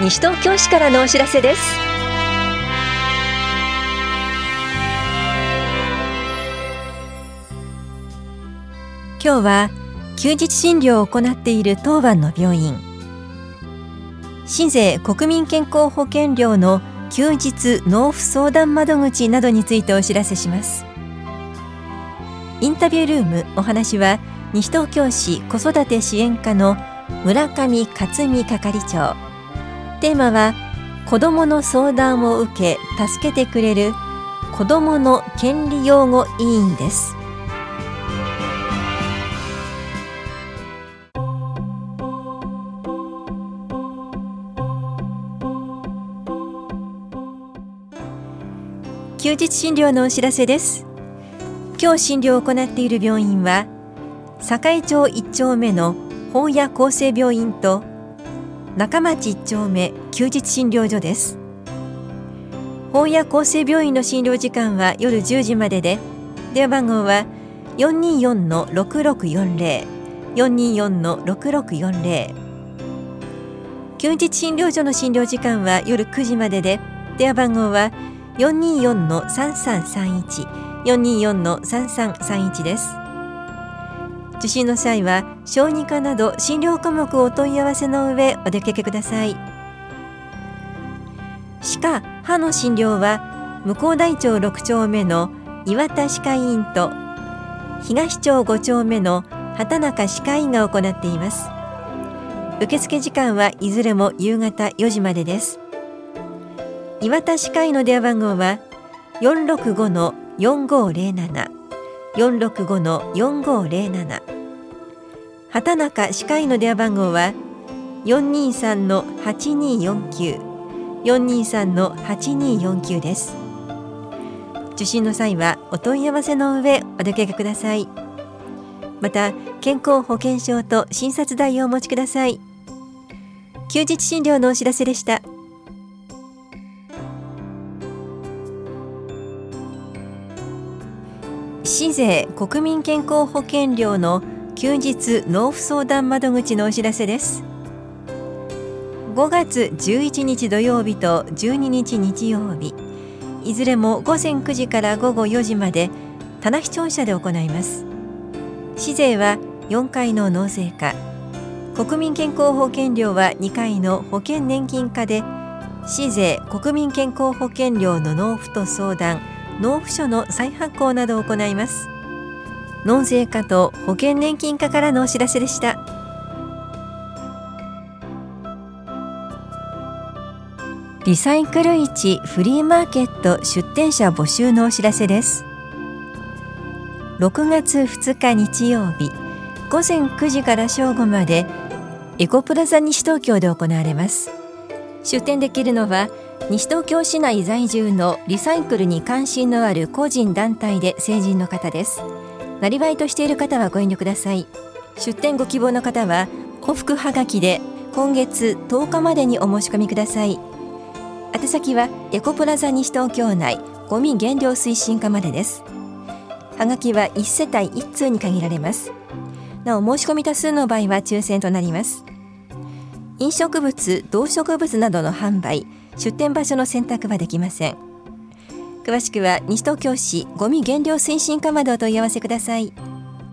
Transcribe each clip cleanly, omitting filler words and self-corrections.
西東京市からのお知らせです。今日は休日診療を行っている当番の病院、市税国民健康保険料の休日納付相談窓口などについてお知らせします。インタビュールーム、お話は西東京市子育て支援課の村上克美係長。テーマは子どもの相談を受け助けてくれる子どもの権利擁護委員です。休日診療のお知らせです。今日診療を行っている病院は栄町1丁目の宝谷厚生病院と中町1丁目休日診療所です。宝谷厚生病院の診療時間は夜10時までで、電話番号は 424-6640 424-6640。休日診療所の診療時間は夜9時までで、電話番号は 424-3331 424-3331 です。受診の際は小児科など診療科目をお問い合わせの上お出かけください。歯科・歯の診療は向こう大町6丁目の岩田歯科医院と東町5丁目の畑中歯科医院が行っています。受付時間はいずれも夕方4時までです。岩田歯科医の電話番号は 465-4507 465-4507。畑中歯科医の電話番号は 423-8249 423-8249 です。受診の際はお問い合わせの上お出かけください。また健康保険証と診察代をお持ちください。休日診療のお知らせでした。市税国民健康保険料の休日納付相談窓口のお知らせです。5月11日土曜日と12日日曜日、いずれも午前9時から午後4時まで棚視聴者で行います。市税は4回の納税課、国民健康保険料は2回の保険年金課で、市税国民健康保険料の納付と相談、納付書の再発行などを行います。納税課と保険年金課からのお知らせでした。リサイクル市フリーマーケット出店者募集のお知らせです。6月2日日曜日、午前9時から正午までエコプラザ西東京で行われます。出店できるのは西東京市内在住のリサイクルに関心のある個人団体で成人の方です。なりわいとしている方はご遠慮ください。出店ご希望の方は往復はがきで今月10日までにお申し込みください。宛先はエコプラザ西東京内ゴミ減量推進課までです。はがきは1世帯1通に限られます。なお申し込み多数の場合は抽選となります。飲食物、動植物などの販売、出店場所の選択はできません。詳しくは西東京市ゴミ減量推進課までお問い合わせください。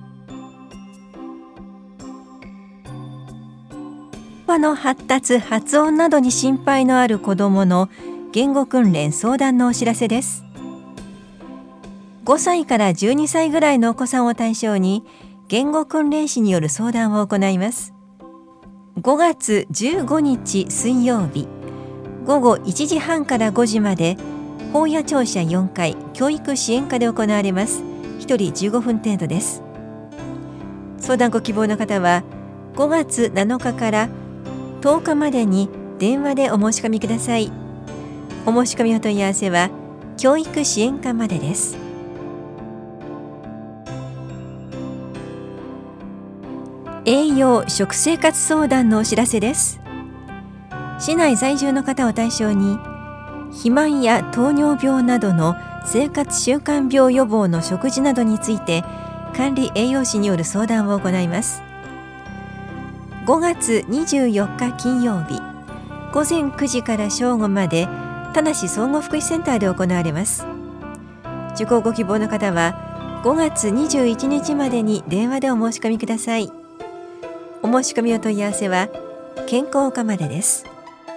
言葉の発達・発音などに心配のある子どもの言語訓練相談のお知らせです。5歳から12歳ぐらいのお子さんを対象に言語訓練士による相談を行います。5月15日水曜日、午後1時半から5時まで宝谷庁舎4階教育支援課で行われます。1人15分程度です。相談ご希望の方は5月7日から10日までに電話でお申し込みください。お申し込みお問い合わせは教育支援課までです。栄養食生活相談のお知らせです。市内在住の方を対象に肥満や糖尿病などの生活習慣病予防の食事などについて管理栄養士による相談を行います。5月24日金曜日午前9時から正午まで田無総合福祉センターで行われます。受講ご希望の方は5月21日までに電話でお申し込みください。お申し込みお問い合わせは健康課までです。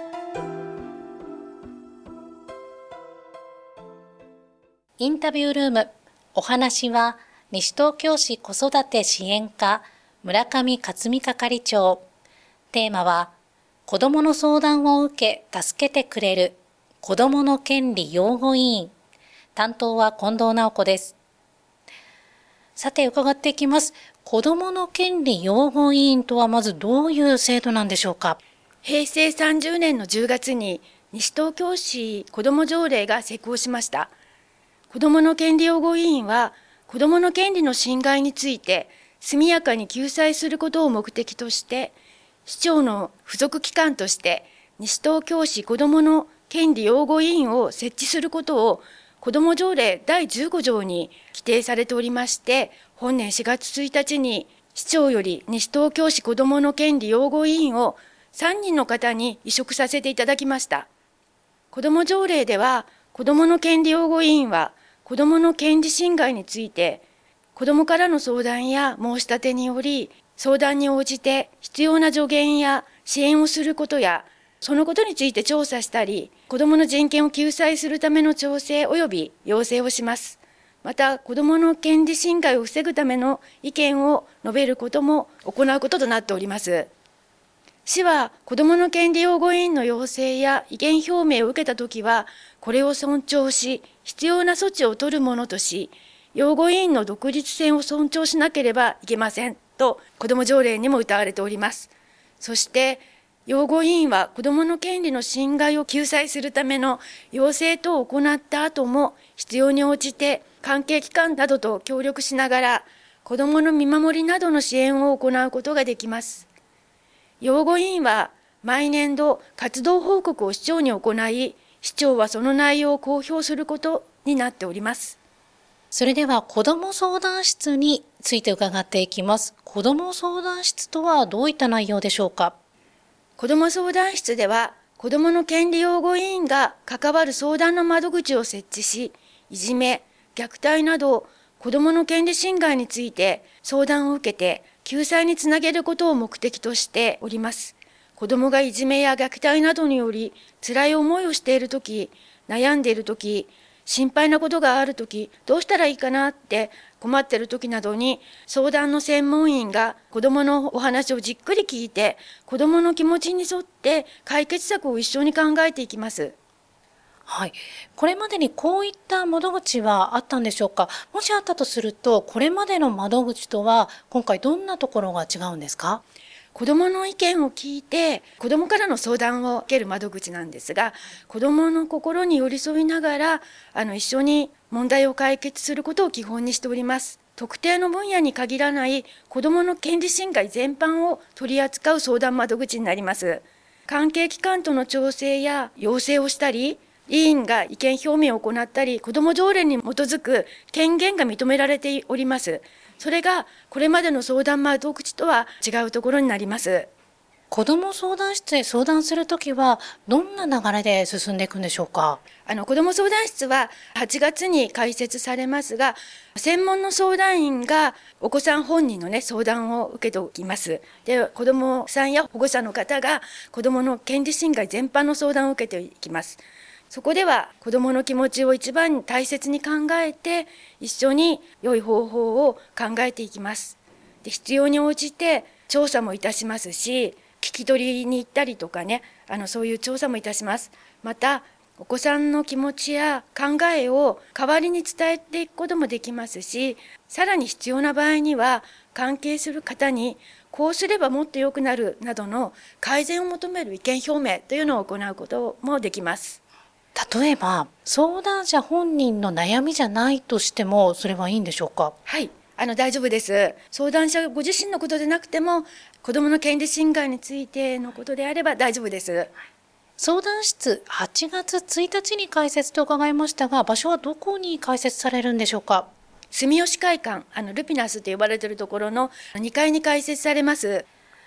インタビュールーム、お話は西東京市子育て支援課村上克美係長。テーマは子どもの相談を受け助けてくれる子どもの権利擁護委員。担当は近藤直子です。さて伺っていきます。子どもの権利擁護委員とはまずどういう制度なんでしょうか。 平成30年の10月に西東京市子ども条例が施行しました。子どもの権利擁護委員は子どもの権利の侵害について速やかに救済することを目的として市長の付属機関として西東京市子どもの権利擁護委員を設置することを子ども条例第15条に規定されておりまして、本年4月1日に市長より西東京市子どもの権利擁護委員を3人の方に委嘱させていただきました。子ども条例では子どもの権利擁護委員は子どもの権利侵害について子どもからの相談や申し立てにより相談に応じて必要な助言や支援をすることやそのことについて調査したり、子どもの人権を救済するための調整及び要請をします。また、子どもの権利侵害を防ぐための意見を述べることも行うこととなっております。市は子どもの権利擁護委員の要請や意見表明を受けたときは、これを尊重し、必要な措置を取るものとし、擁護委員の独立性を尊重しなければいけませんと、子ども条例にも謳われております。そして、擁護委員は子どもの権利の侵害を救済するための要請等を行った後も必要に応じて関係機関などと協力しながら子どもの見守りなどの支援を行うことができます。擁護委員は毎年度活動報告を市長に行い、市長はその内容を公表することになっております。 それでは子ども相談室について伺っていきます。子ども相談室とはどういった内容でしょうか。 子ども相談室では、子どもの権利擁護委員が関わる相談の窓口を設置し、いじめ、虐待など子どもの権利侵害について相談を受けて救済につなげることを目的としております。子どもがいじめや虐待などにより辛い思いをしているとき、悩んでいるとき、心配なことがあるとき、どうしたらいいかなって困っているときなどに相談の専門員が子どものお話をじっくり聞いて子どもの気持ちに沿って解決策を一緒に考えていきます。 はい。これまでにこういった窓口はあったんでしょうか。もしあったとすると、これまでの窓口とは今回どんなところが違うんですか。 子どもの意見を聞いて子どもからの相談を受ける窓口なんですが、子どもの心に寄り添いながら一緒に問題を解決することを基本にしております。特定の分野に限らない子どもの権利侵害全般を取り扱う相談窓口になります。関係機関との調整や要請をしたり、委員が意見表明を行ったり、子ども条例に基づく権限が認められております。それがこれまでの相談窓口とは違うところになります。 子ども相談室へ相談するときはどんな流れで進んでいくんでしょうか。 子ども相談室は8月に開設されますが、専門の相談員がお子さん本人の相談を受けておきます。で、子どもさんや保護者の方が子どもの権利侵害全般の相談を受けていきます。そこでは子どもの気持ちを一番大切に考えて一緒に良い方法を考えていきます。で、必要に応じて調査もいたしますし、聞き取りに行ったりとかそういう調査もいたします。またお子さんの気持ちや考えを代わりに伝えていくこともできますし、さらに必要な場合には関係する方にこうすればもっと良くなるなどの改善を求める意見表明というのを行うこともできます。 例えば相談者本人の悩みじゃないとしてもそれはいいんでしょうか。 はい、大丈夫です。相談者ご自身のことでなくても子どもの権利侵害についてのことであれば大丈夫です。 相談室8月1日に開設と伺いましたが、場所はどこに開設されるんでしょうか。 住吉会館、ルピナスと呼ばれているところの2階に開設されます。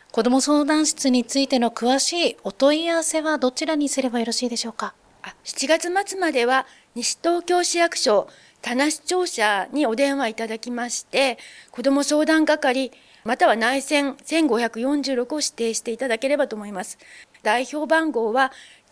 子ども相談室についての詳しいお問い合わせはどちらにすればよろしいでしょうか。 7月末までは西東京市役所田無庁舎にお電話いただきまして、子ども相談係または内線1546を指定していただければと思います。代表番号は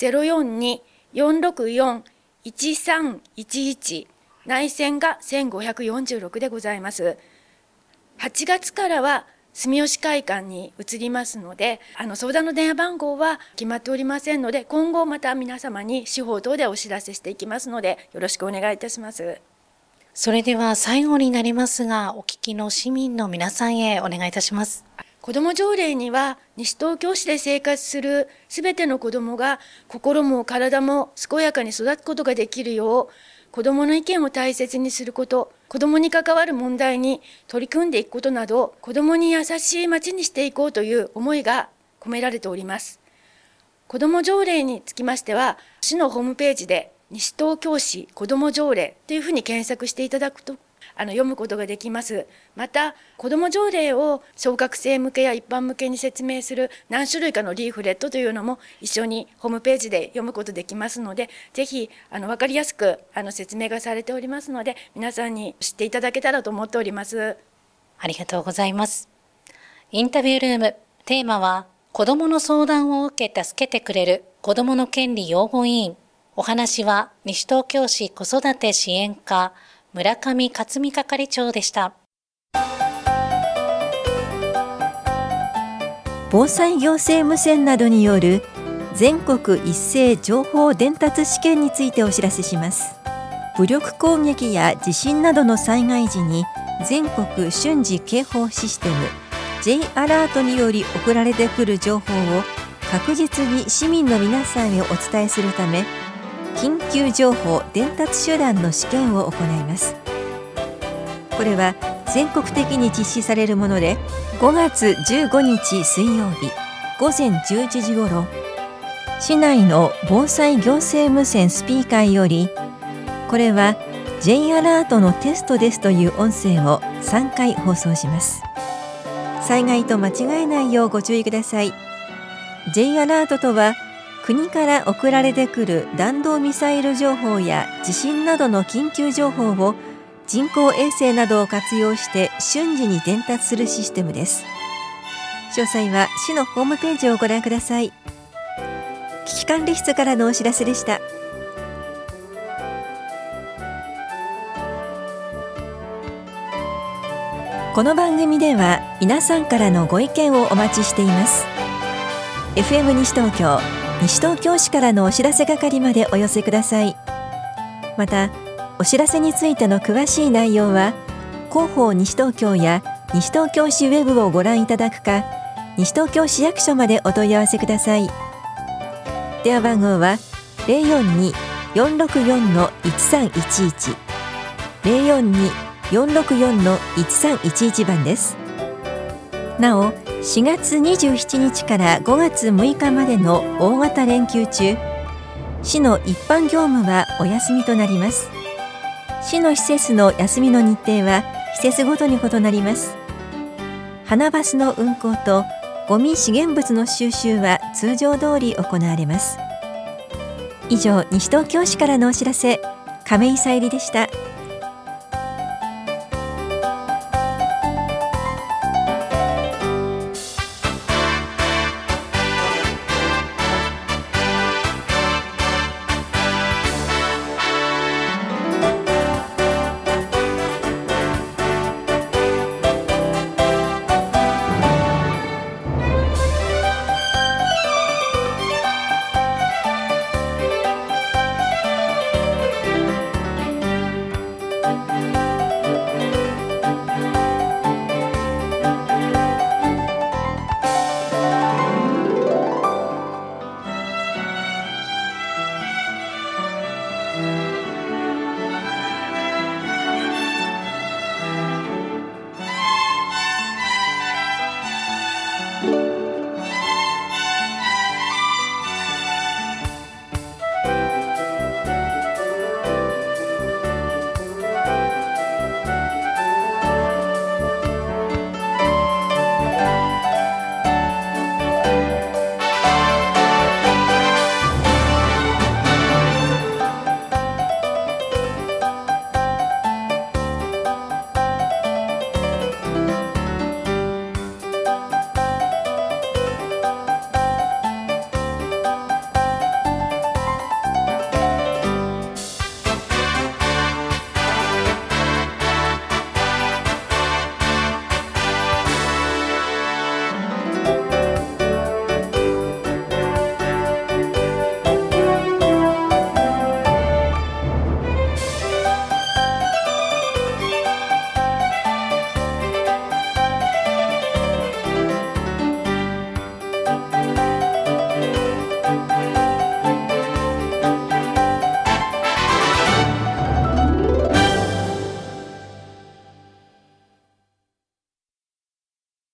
042-464-1311、内線が1546でございます。8月からは住吉会館に移りますので、相談の電話番号は決まっておりませんので、今後また皆様に司法等でお知らせしていきますので、よろしくお願いいたします。 それでは最後になりますが、お聞きの市民の皆さんへお願いいたします。 子ども条例には、西東京市で生活するすべての子どもが心も体も健やかに育つことができるよう、子どもの意見を大切にすること、子どもに関わる問題に取り組んでいくことなど、子どもに優しい町にしていこうという思いが込められております。子ども条例につきましては、市のホームページで西東京市子ども条例というふうに検索していただくと読むことができます。また、子ども条例を小学生向けや一般向けに説明する何種類かのリーフレットというのも一緒にホームページで読むことできますので、ぜひ分かりやすく説明がされておりますので、皆さんに知っていただけたらと思っております。 ありがとうございます。インタビュールーム、テーマは子どもの相談を受け助けてくれる子どもの権利擁護委員。お話は西東京市子育て支援課村上克美係長でした。 防災行政無線などによる全国一斉情報伝達試験についてお知らせします。武力攻撃や地震などの災害時に全国瞬時警報システム J アラートにより送られてくる情報を確実に市民の皆さんへお伝えするため、緊急情報伝達手段の試験を行います。これは全国的に実施されるもので、5月15日水曜日午前11時ごろ、市内の防災行政無線スピーカーより、これは J アラートのテストですという音声を3回放送します。災害と間違えないようご注意ください。J アラートとは、国から送られてくる弾道ミサイル情報や地震などの緊急情報を人工衛星などを活用して瞬時に伝達するシステムです。詳細は市のホームページをご覧ください。危機管理室からのお知らせでした。この番組では皆さんからのご意見をお待ちしています。FM 西東京、西東京市からのお知らせ係までお寄せください。また、お知らせについての詳しい内容は、広報西東京や西東京市ウェブをご覧いただくか、西東京市役所までお問い合わせください。電話番号は 042-464-1311 042-464-1311 番です。なお、4月27日から5月6日までの大型連休中、市の一般業務はお休みとなります。市の施設の休みの日程は施設ごとに異なります。花バスの運行とゴミ資源物の収集は通常通り行われます。以上、西東京市からのお知らせ、亀井さゆりでした。